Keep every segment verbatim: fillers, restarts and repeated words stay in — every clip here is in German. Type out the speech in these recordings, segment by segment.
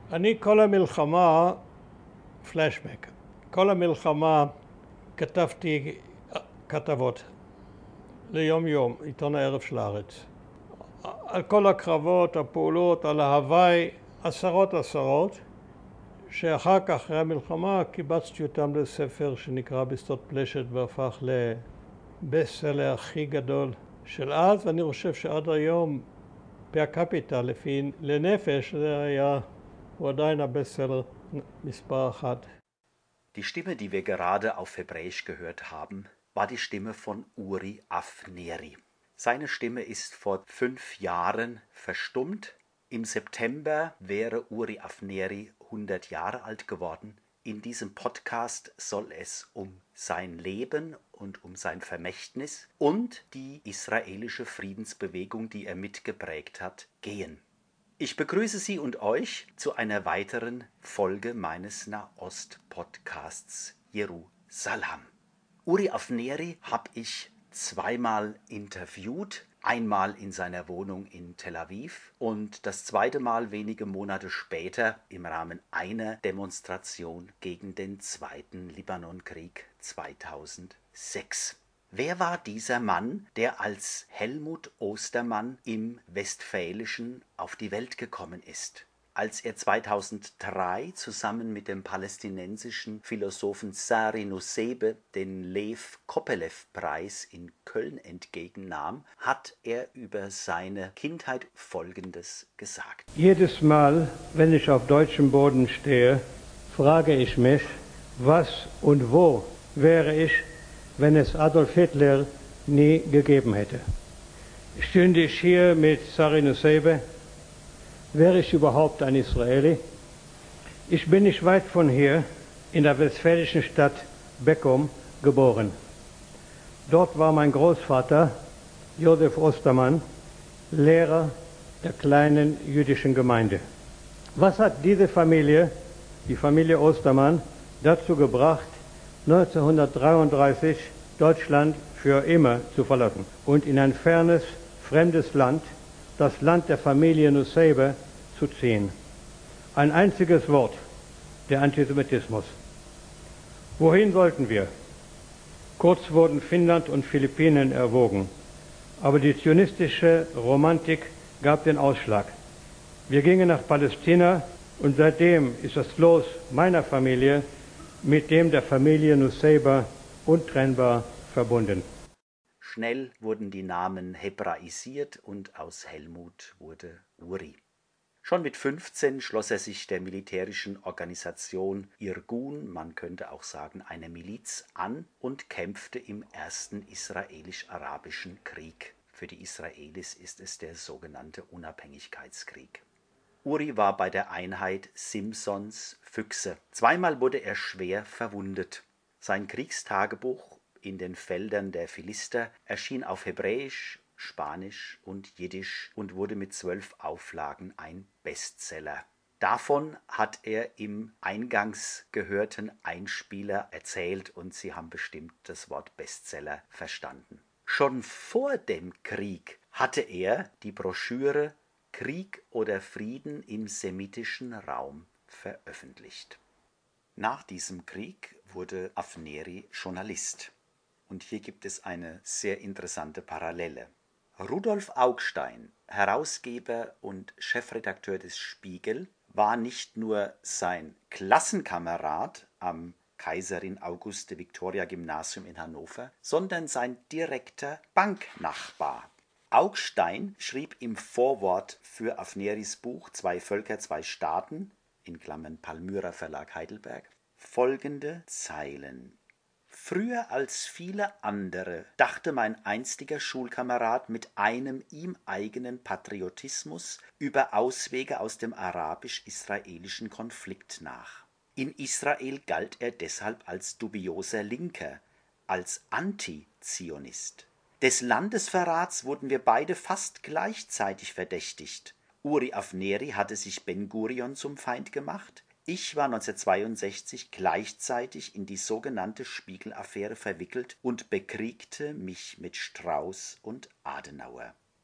אני כל המלחמה, פלשבק, כל המלחמה כתבתי כתבות ליום יום, עיתון הערב של הארץ. על כל הקרבות, הפעולות, על ההוואי, עשרות עשרות, שאחר כך, אחרי המלחמה, קיבצתי אותם לספר שנקרא בשדות פלשת והפך לבסטסלר הכי גדול של אז, ואני חושב שעד היום פר קפיטה לפי לנפש זה היה, הוא עדיין הבסטסלר מספר אחת. Die Stimme, die wir gerade auf Hebräisch gehört haben, war die Stimme von Uri Avneri. Seine Stimme ist vor fünf Jahren verstummt. Im September wäre Uri Avneri hundert Jahre alt geworden. In diesem Podcast soll es um sein Leben und um sein Vermächtnis und die israelische Friedensbewegung, die er mitgeprägt hat, gehen. Ich begrüße Sie und euch zu einer weiteren Folge meines Nahost-Podcasts Jerusalem. Uri Avneri habe ich zweimal interviewt, einmal in seiner Wohnung in Tel Aviv und das zweite Mal wenige Monate später im Rahmen einer Demonstration gegen den Zweiten Libanonkrieg zweitausendsechs. Wer war dieser Mann, der als Helmut Ostermann im Westfälischen auf die Welt gekommen ist? Als er zweitausenddrei zusammen mit dem palästinensischen Philosophen Sari Nusseibeh den Lev Kopelev-Preis in Köln entgegennahm, hat er über seine Kindheit Folgendes gesagt. Jedes Mal, wenn ich auf deutschem Boden stehe, frage ich mich, was und wo wäre ich, wenn es Adolf Hitler nie gegeben hätte. Stünde ich hier mit Sari Nusseibeh, wäre ich überhaupt ein Israeli? Ich bin nicht weit von hier, in der westfälischen Stadt Beckum, geboren. Dort war mein Großvater, Josef Ostermann, Lehrer der kleinen jüdischen Gemeinde. Was hat diese Familie, die Familie Ostermann, dazu gebracht, neunzehnhundertdreiunddreißig Deutschland für immer zu verlassen und in ein fernes, fremdes Land, das Land der Familie Nusseibeh, zu ziehen? Ein einziges Wort, der Antisemitismus. Wohin sollten wir? Kurz wurden Finnland und Philippinen erwogen, aber die zionistische Romantik gab den Ausschlag. Wir gingen nach Palästina und seitdem ist das Los meiner Familie mit dem der Familie Nusseibeh untrennbar verbunden. Schnell wurden die Namen hebraisiert und aus Helmut wurde Uri. Schon mit fünfzehn schloss er sich der militärischen Organisation Irgun, man könnte auch sagen eine Miliz, an und kämpfte im ersten israelisch-arabischen Krieg. Für die Israelis ist es der sogenannte Unabhängigkeitskrieg. Uri war bei der Einheit Simsons Füchse. Zweimal wurde er schwer verwundet. Sein Kriegstagebuch in den Feldern der Philister erschien auf Hebräisch, Spanisch und Jiddisch und wurde mit zwölf Auflagen ein Bestseller. Davon hat er im eingangs gehörten Einspieler erzählt und Sie haben bestimmt das Wort Bestseller verstanden. Schon vor dem Krieg hatte er die Broschüre Krieg oder Frieden im semitischen Raum veröffentlicht. Nach diesem Krieg wurde Avneri Journalist. Und hier gibt es eine sehr interessante Parallele. Rudolf Augstein, Herausgeber und Chefredakteur des Spiegel, war nicht nur sein Klassenkamerad am Kaiserin Auguste Victoria Gymnasium in Hannover, sondern sein direkter Banknachbar. Augstein schrieb im Vorwort für Avneris Buch Zwei Völker, zwei Staaten, in Klammern Palmyra Verlag Heidelberg, folgende Zeilen. Früher als viele andere dachte mein einstiger Schulkamerad mit einem ihm eigenen Patriotismus über Auswege aus dem arabisch-israelischen Konflikt nach. In Israel galt er deshalb als dubioser Linker, als Anti-Zionist. Des Landesverrats wurden wir beide fast gleichzeitig verdächtigt. Uri Avneri hatte sich Ben-Gurion zum Feind gemacht. Ich war neunzehnhundertzweiundsechzig gleichzeitig in die sogenannte Spiegel-Affäre verwickelt und bekriegte mich mit Strauß und Adenauer.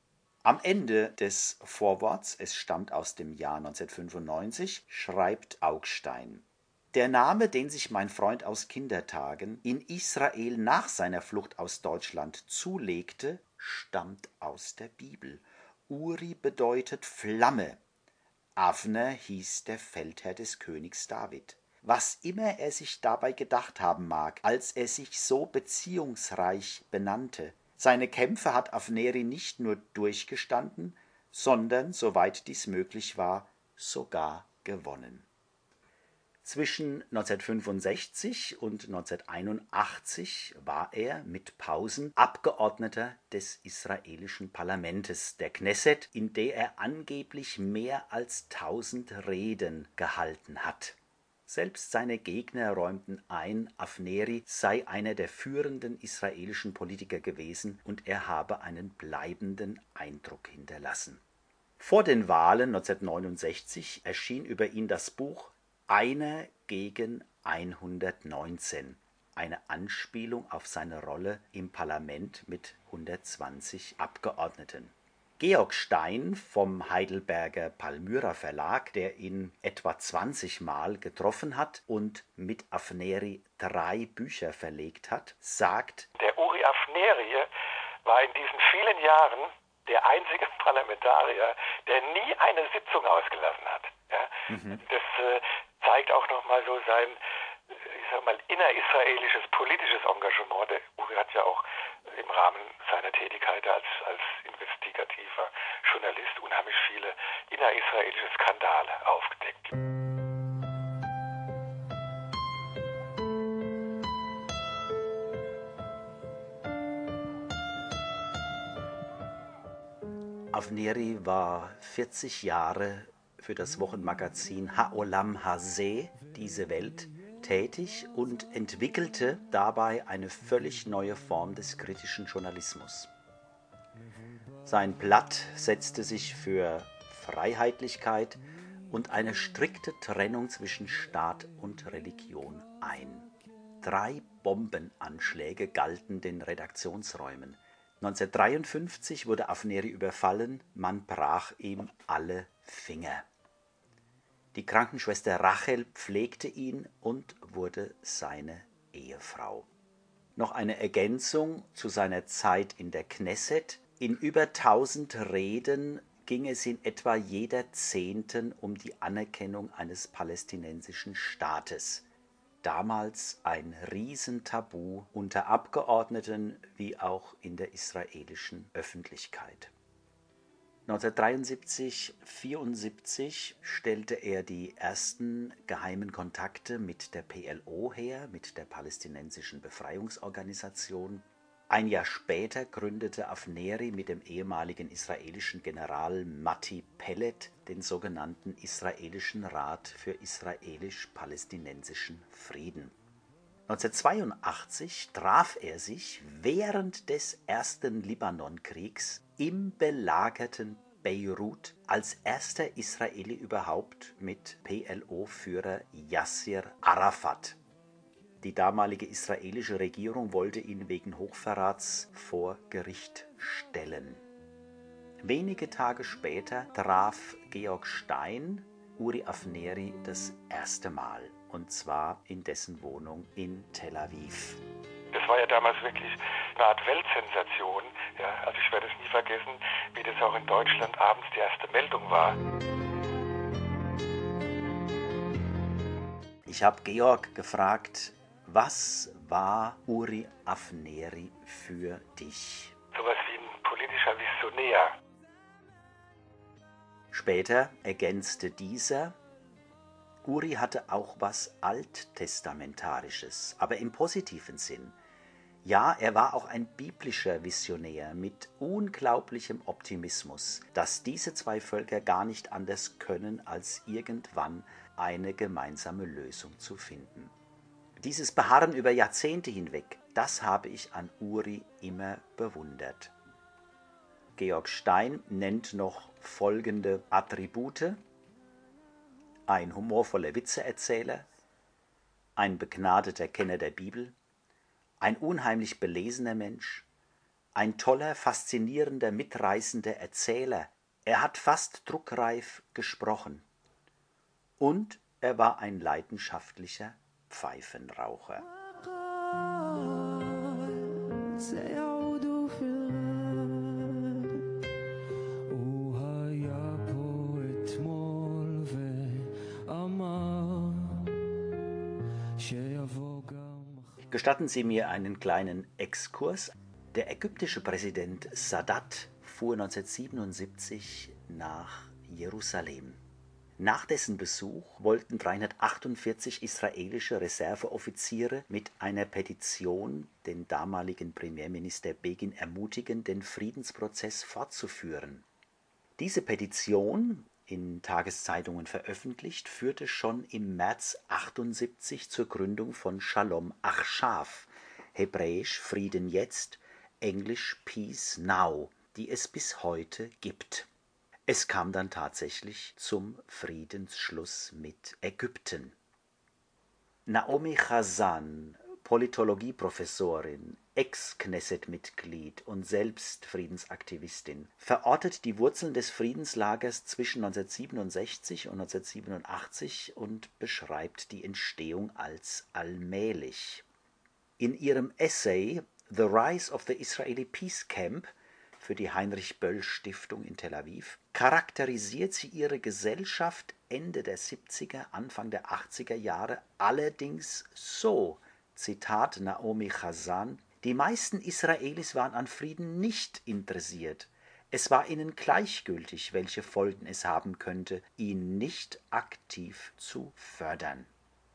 Am Ende des Vorworts, es stammt aus dem Jahr neunzehnhundertfünfundneunzig, schreibt Augstein: Der Name, den sich mein Freund aus Kindertagen in Israel nach seiner Flucht aus Deutschland zulegte, stammt aus der Bibel. Uri bedeutet Flamme. Avner hieß der Feldherr des Königs David. Was immer er sich dabei gedacht haben mag, als er sich so beziehungsreich benannte, seine Kämpfe hat Avneri nicht nur durchgestanden, sondern, soweit dies möglich war, sogar gewonnen. Zwischen neunzehnhundertfünfundsechzig und neunzehnhunderteinundachtzig war er mit Pausen Abgeordneter des israelischen Parlamentes, der Knesset, in der er angeblich mehr als tausend Reden gehalten hat. Selbst seine Gegner räumten ein, Avneri sei einer der führenden israelischen Politiker gewesen und er habe einen bleibenden Eindruck hinterlassen. Vor den Wahlen neunzehnhundertneunundsechzig erschien über ihn das Buch Einer gegen hundertneunzehn, eine Anspielung auf seine Rolle im Parlament mit hundertzwanzig Abgeordneten. Georg Stein vom Heidelberger Palmyra Verlag, der ihn etwa zwanzig Mal getroffen hat und mit Avneri drei Bücher verlegt hat, sagt: Der Uri Avneri war in diesen vielen Jahren der einzige Parlamentarier, der nie eine Sitzung ausgelassen hat. Ja? Mhm. Das äh, zeigt auch nochmal so sein, ich sag mal, innerisraelisches politisches Engagement. Der Uri hat ja auch im Rahmen seiner Tätigkeit als, als investigativer Journalist unheimlich viele innerisraelische Skandale aufgedeckt. Avneri war vierzig Jahre für das Wochenmagazin Ha'olam Hazeh, diese Welt, tätig und entwickelte dabei eine völlig neue Form des kritischen Journalismus. Sein Blatt setzte sich für Freiheitlichkeit und eine strikte Trennung zwischen Staat und Religion ein. Drei Bombenanschläge galten den Redaktionsräumen. neunzehnhundertdreiundfünfzig wurde Avneri überfallen, man brach ihm alle Finger. Die Krankenschwester Rachel pflegte ihn und wurde seine Ehefrau. Noch eine Ergänzung zu seiner Zeit in der Knesset: In über tausend Reden ging es in etwa jeder Zehnten um die Anerkennung eines palästinensischen Staates. Damals ein Riesentabu unter Abgeordneten wie auch in der israelischen Öffentlichkeit. neunzehnhundertdreiundsiebzig vierundsiebzig stellte er die ersten geheimen Kontakte mit der P L O her, mit der Palästinensischen Befreiungsorganisation. Ein Jahr später gründete Avneri mit dem ehemaligen israelischen General Matti Pellet den sogenannten Israelischen Rat für israelisch-palästinensischen Frieden. neunzehnhundertzweiundachtzig traf er sich während des ersten Libanonkriegs im belagerten Beirut als erster Israeli überhaupt mit P L O-Führer Yasser Arafat. Die damalige israelische Regierung wollte ihn wegen Hochverrats vor Gericht stellen. Wenige Tage später traf Georg Stein Uri Avneri das erste Mal, und zwar in dessen Wohnung in Tel Aviv. Das war ja damals wirklich eine Art Weltsensation. Ja, also ich werde es nie vergessen, wie das auch in Deutschland abends die erste Meldung war. Ich habe Georg gefragt: Was war Uri Avneri für dich? Sowas wie ein politischer Visionär. Später ergänzte dieser: Uri hatte auch was Alttestamentarisches, aber im positiven Sinn. Ja, er war auch ein biblischer Visionär mit unglaublichem Optimismus, dass diese zwei Völker gar nicht anders können, als irgendwann eine gemeinsame Lösung zu finden. Dieses Beharren über Jahrzehnte hinweg, das habe ich an Uri immer bewundert. Georg Stein nennt noch folgende Attribute: ein humorvoller Witzeerzähler, ein begnadeter Kenner der Bibel, ein unheimlich belesener Mensch, ein toller, faszinierender, mitreißender Erzähler. Er hat fast druckreif gesprochen. Und er war ein leidenschaftlicher Pfeifenraucher. Gestatten Sie mir einen kleinen Exkurs. Der ägyptische Präsident Sadat fuhr neunzehnhundertsiebenundsiebzig nach Jerusalem. Nach dessen Besuch wollten dreihundertachtundvierzig israelische Reserveoffiziere mit einer Petition den damaligen Premierminister Begin ermutigen, den Friedensprozess fortzuführen. Diese Petition, in Tageszeitungen veröffentlicht, führte schon im März achtundsiebzig zur Gründung von Shalom Achshav, hebräisch Frieden jetzt, englisch Peace Now, die es bis heute gibt. Es kam dann tatsächlich zum Friedensschluss mit Ägypten. Naomi Chazan, Politologieprofessorin, Ex-Knesset-Mitglied und selbst Friedensaktivistin, verortet die Wurzeln des Friedenslagers zwischen neunzehnhundertsiebenundsechzig und neunzehnhundertsiebenundachtzig und beschreibt die Entstehung als allmählich. In ihrem Essay The Rise of the Israeli Peace Camp für die Heinrich-Böll-Stiftung in Tel Aviv charakterisiert sie ihre Gesellschaft Ende der siebziger, Anfang der achtziger Jahre allerdings so, Zitat Naomi Chazan: Die meisten Israelis waren an Frieden nicht interessiert. Es war ihnen gleichgültig, welche Folgen es haben könnte, ihn nicht aktiv zu fördern.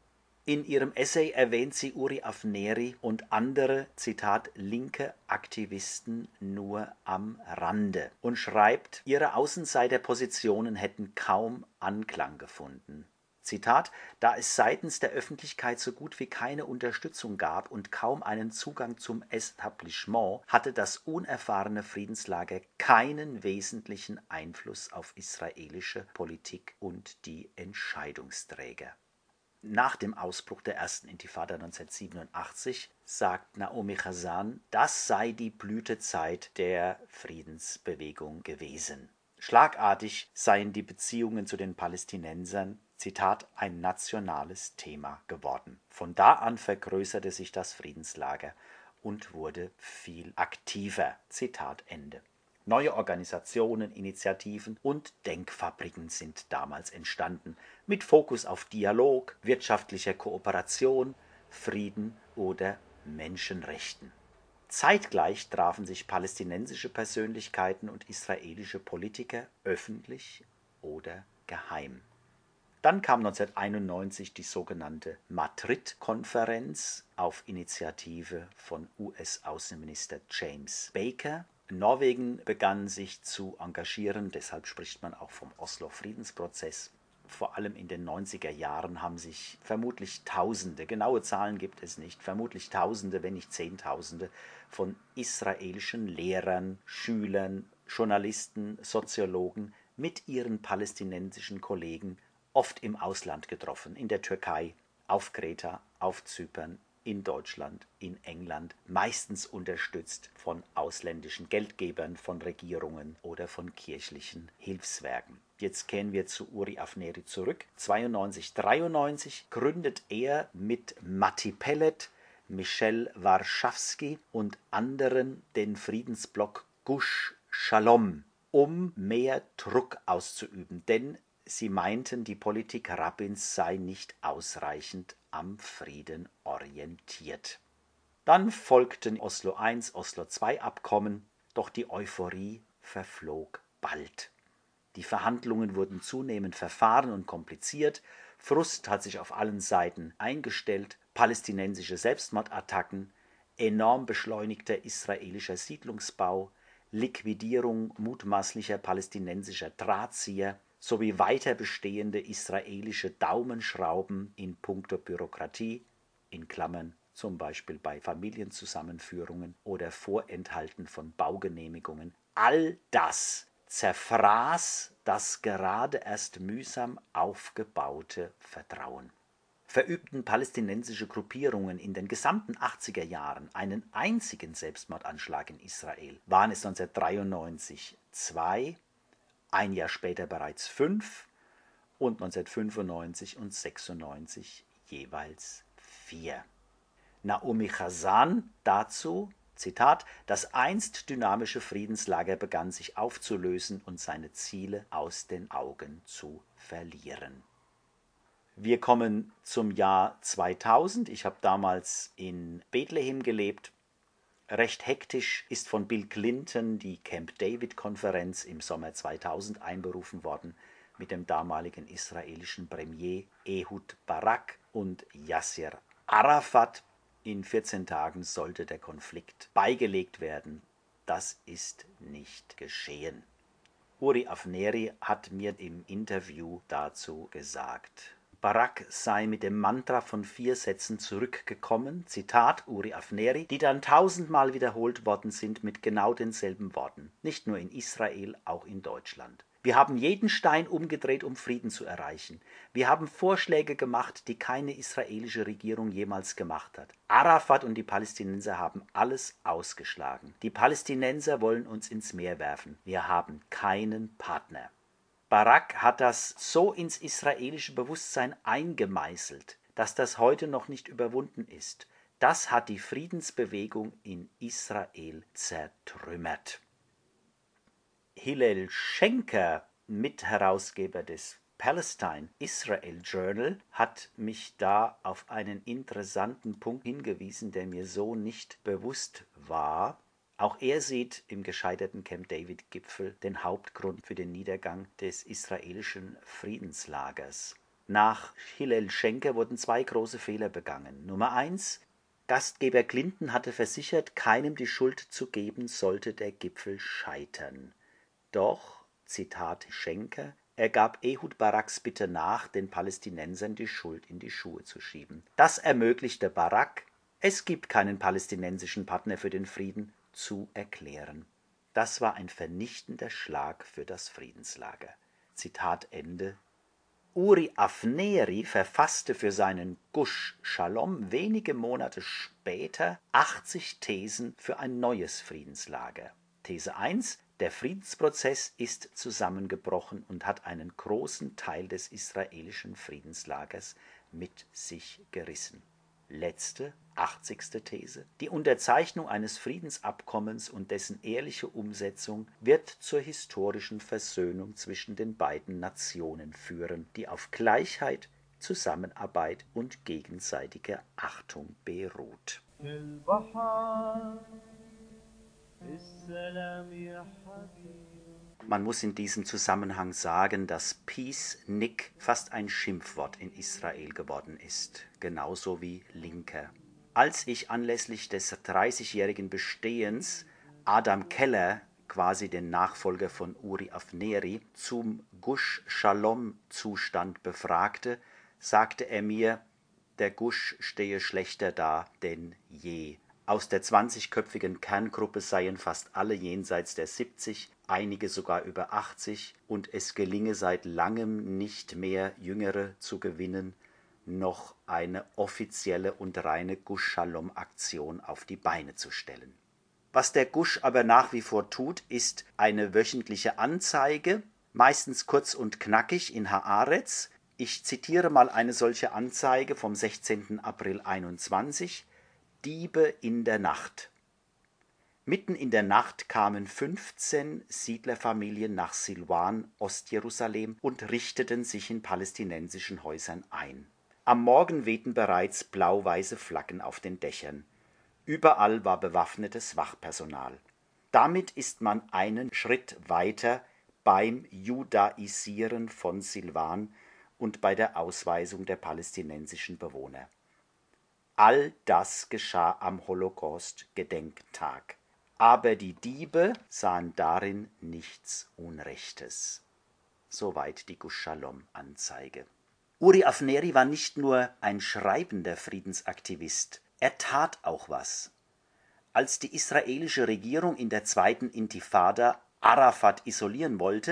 In ihrem Essay erwähnt sie Uri Avneri und andere, Zitat, linke Aktivisten nur am Rande und schreibt, ihre Außenseiterpositionen hätten kaum Anklang gefunden. Zitat, da es seitens der Öffentlichkeit so gut wie keine Unterstützung gab und kaum einen Zugang zum Etablissement, hatte das unerfahrene Friedenslager keinen wesentlichen Einfluss auf israelische Politik und die Entscheidungsträger. Nach dem Ausbruch der ersten Intifada neunzehnhundertsiebenundachtzig sagt Naomi Chazan, das sei die Blütezeit der Friedensbewegung gewesen. Schlagartig seien die Beziehungen zu den Palästinensern, Zitat, ein nationales Thema geworden. Von da an vergrößerte sich das Friedenslager und wurde viel aktiver. Zitat Ende. Neue Organisationen, Initiativen und Denkfabriken sind damals entstanden, mit Fokus auf Dialog, wirtschaftlicher Kooperation, Frieden oder Menschenrechten. Zeitgleich trafen sich palästinensische Persönlichkeiten und israelische Politiker öffentlich oder geheim. Dann kam neunzehnhunderteinundneunzig die sogenannte Madrid-Konferenz auf Initiative von U S-Außenminister James Baker. Norwegen begann sich zu engagieren, deshalb spricht man auch vom Oslo-Friedensprozess. Vor allem in den neunziger Jahren haben sich vermutlich Tausende, genaue Zahlen gibt es nicht, vermutlich Tausende, wenn nicht Zehntausende von israelischen Lehrern, Schülern, Journalisten, Soziologen mit ihren palästinensischen Kollegen oft im Ausland getroffen, in der Türkei, auf Kreta, auf Zypern, in Deutschland, in England, meistens unterstützt von ausländischen Geldgebern, von Regierungen oder von kirchlichen Hilfswerken. Jetzt kehren wir zu Uri Avneri zurück. zweiundneunzig, dreiundneunzig gründet er mit Matti Pellet, Michel Warschawski und anderen den Friedensblock Gush Shalom, um mehr Druck auszuüben, denn sie meinten, die Politik Rabins sei nicht ausreichend am Frieden orientiert. Dann folgten Oslo eins, Oslo zwei Abkommen, doch die Euphorie verflog bald. Die Verhandlungen wurden zunehmend verfahren und kompliziert, Frust hat sich auf allen Seiten eingestellt, palästinensische Selbstmordattacken, enorm beschleunigter israelischer Siedlungsbau, Liquidierung mutmaßlicher palästinensischer Drahtzieher sowie weiter bestehende israelische Daumenschrauben in puncto Bürokratie, in Klammern zum Beispiel bei Familienzusammenführungen oder Vorenthalten von Baugenehmigungen, all das zerfraß das gerade erst mühsam aufgebaute Vertrauen. Verübten palästinensische Gruppierungen in den gesamten achtziger Jahren einen einzigen Selbstmordanschlag in Israel, waren es neunzehnhundertdreiundneunzig zwei, ein Jahr später bereits fünf und neunzehnhundertfünfundneunzig und sechsundneunzig jeweils vier. Naomi Chazan dazu, Zitat, das einst dynamische Friedenslager begann sich aufzulösen und seine Ziele aus den Augen zu verlieren. Wir kommen zum Jahr zweitausend. Ich habe damals in Bethlehem gelebt. Recht hektisch ist von Bill Clinton die Camp David-Konferenz im Sommer zweitausend einberufen worden mit dem damaligen israelischen Premier Ehud Barak und Yasser Arafat. In vierzehn Tagen sollte der Konflikt beigelegt werden. Das ist nicht geschehen. Uri Avneri hat mir im Interview dazu gesagt, Barak sei mit dem Mantra von vier Sätzen zurückgekommen, Zitat Uri Avneri, die dann tausendmal wiederholt worden sind mit genau denselben Worten, nicht nur in Israel, auch in Deutschland. Wir haben jeden Stein umgedreht, um Frieden zu erreichen. Wir haben Vorschläge gemacht, die keine israelische Regierung jemals gemacht hat. Arafat und die Palästinenser haben alles ausgeschlagen. Die Palästinenser wollen uns ins Meer werfen. Wir haben keinen Partner. Barak hat das so ins israelische Bewusstsein eingemeißelt, dass das heute noch nicht überwunden ist. Das hat die Friedensbewegung in Israel zertrümmert. Hillel Schenker, Mitherausgeber des Palestine Israel Journal, hat mich da auf einen interessanten Punkt hingewiesen, der mir so nicht bewusst war. Auch er sieht im gescheiterten Camp David-Gipfel den Hauptgrund für den Niedergang des israelischen Friedenslagers. Nach Hillel Schenker wurden zwei große Fehler begangen. Nummer eins: Gastgeber Clinton hatte versichert, keinem die Schuld zu geben, sollte der Gipfel scheitern. Doch, Zitat Schenker, er gab Ehud Baraks Bitte nach, den Palästinensern die Schuld in die Schuhe zu schieben. Das ermöglichte Barak, es gibt keinen palästinensischen Partner für den Frieden, zu erklären. Das war ein vernichtender Schlag für das Friedenslager. Zitat Ende. Uri Avneri verfasste für seinen Gush Shalom wenige Monate später achtzig Thesen für ein neues Friedenslager. These eins: Der Friedensprozess ist zusammengebrochen und hat einen großen Teil des israelischen Friedenslagers mit sich gerissen. Letzte, achtzigste These: Die Unterzeichnung eines Friedensabkommens und dessen ehrliche Umsetzung wird zur historischen Versöhnung zwischen den beiden Nationen führen, die auf Gleichheit, Zusammenarbeit und gegenseitiger Achtung beruht. Man muss in diesem Zusammenhang sagen, dass Peacenik fast ein Schimpfwort in Israel geworden ist, genauso wie Linker. Als ich anlässlich des dreißigjährigen Bestehens Adam Keller, quasi den Nachfolger von Uri Avneri, zum Gush Shalom-Zustand befragte, sagte er mir, der Gush stehe schlechter da denn je. Aus der zwanzigköpfigen Kerngruppe seien fast alle jenseits der siebzig, einige sogar über achtzig, und es gelinge seit langem nicht mehr, Jüngere zu gewinnen, noch eine offizielle und reine Gush-Shalom-Aktion auf die Beine zu stellen. Was der Gush aber nach wie vor tut, ist eine wöchentliche Anzeige, meistens kurz und knackig in Haaretz. Ich zitiere mal eine solche Anzeige vom sechzehnten April einundzwanzig. Diebe in der Nacht. Mitten in der Nacht kamen fünfzehn Siedlerfamilien nach Silwan, Ostjerusalem, und richteten sich in palästinensischen Häusern ein. Am Morgen wehten bereits blau-weiße Flaggen auf den Dächern. Überall war bewaffnetes Wachpersonal. Damit ist man einen Schritt weiter beim Judaisieren von Silwan und bei der Ausweisung der palästinensischen Bewohner. All das geschah am Holocaust-Gedenktag. Aber die Diebe sahen darin nichts Unrechtes. Soweit die Gush Shalom-Anzeige. Uri Avneri war nicht nur ein schreibender Friedensaktivist, er tat auch was. Als die israelische Regierung in der zweiten Intifada Arafat isolieren wollte,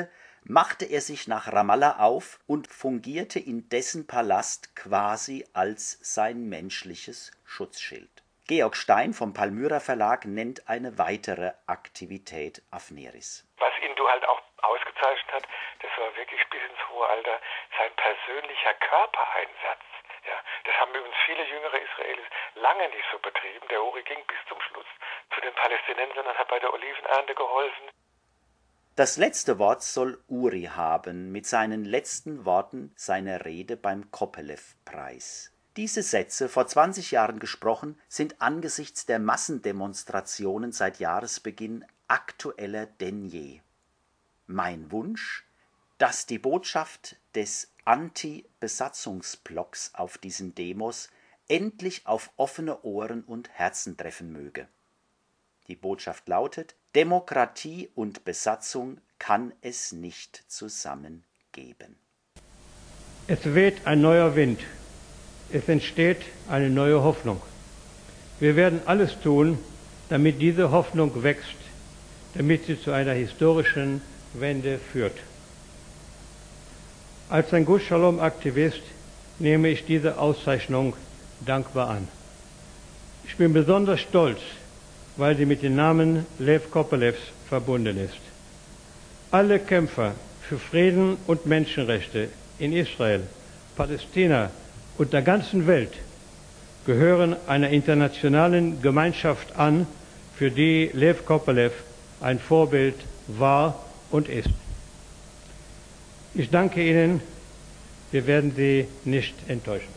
machte er sich nach Ramallah auf und fungierte in dessen Palast quasi als sein menschliches Schutzschild. Georg Stein vom Palmyra Verlag nennt eine weitere Aktivität Afneris. Was ihn du halt auch ausgezeichnet hat, das war wirklich bis ins hohe Alter sein persönlicher Körpereinsatz. Ja, das haben übrigens viele jüngere Israelis lange nicht so betrieben. Der Uri ging bis zum Schluss zu den Palästinensern und hat bei der Olivenernte geholfen. Das letzte Wort soll Uri haben mit seinen letzten Worten seiner Rede beim Kopelew-Preis. Diese Sätze, vor zwanzig Jahren gesprochen, sind angesichts der Massendemonstrationen seit Jahresbeginn aktueller denn je. Mein Wunsch, dass die Botschaft des Anti-Besatzungsblocks auf diesen Demos endlich auf offene Ohren und Herzen treffen möge. Die Botschaft lautet: Demokratie und Besatzung kann es nicht zusammen geben. Es weht ein neuer Wind. Es entsteht eine neue Hoffnung. Wir werden alles tun, damit diese Hoffnung wächst, damit sie zu einer historischen Wende führt. Als ein Gush Shalom-Aktivist nehme ich diese Auszeichnung dankbar an. Ich bin besonders stolz, weil sie mit dem Namen Lev Kopelews verbunden ist. Alle Kämpfer für Frieden und Menschenrechte in Israel, Palästina und der ganzen Welt gehören einer internationalen Gemeinschaft an, für die Lev Kopelew ein Vorbild war und ist. Ich danke Ihnen, wir werden Sie nicht enttäuschen.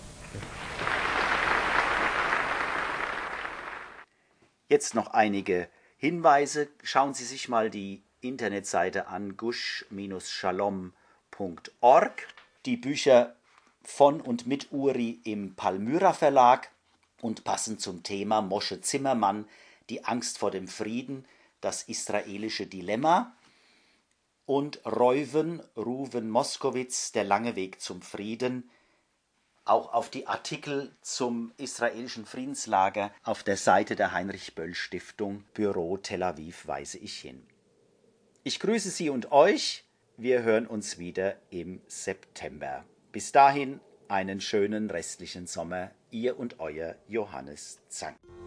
Jetzt noch einige Hinweise. Schauen Sie sich mal die Internetseite an, gush Shalom punkt org. Die Bücher von und mit Uri im Palmyra Verlag und passend zum Thema Moshe Zimmermann, Die Angst vor dem Frieden, das israelische Dilemma, und Reuven, Ruven Moskowitz, Der lange Weg zum Frieden. Auch auf die Artikel zum israelischen Friedenslager auf der Seite der Heinrich-Böll-Stiftung Büro Tel Aviv weise ich hin. Ich grüße Sie und euch. Wir hören uns wieder im September. Bis dahin einen schönen restlichen Sommer. Ihr und euer Johannes Zank.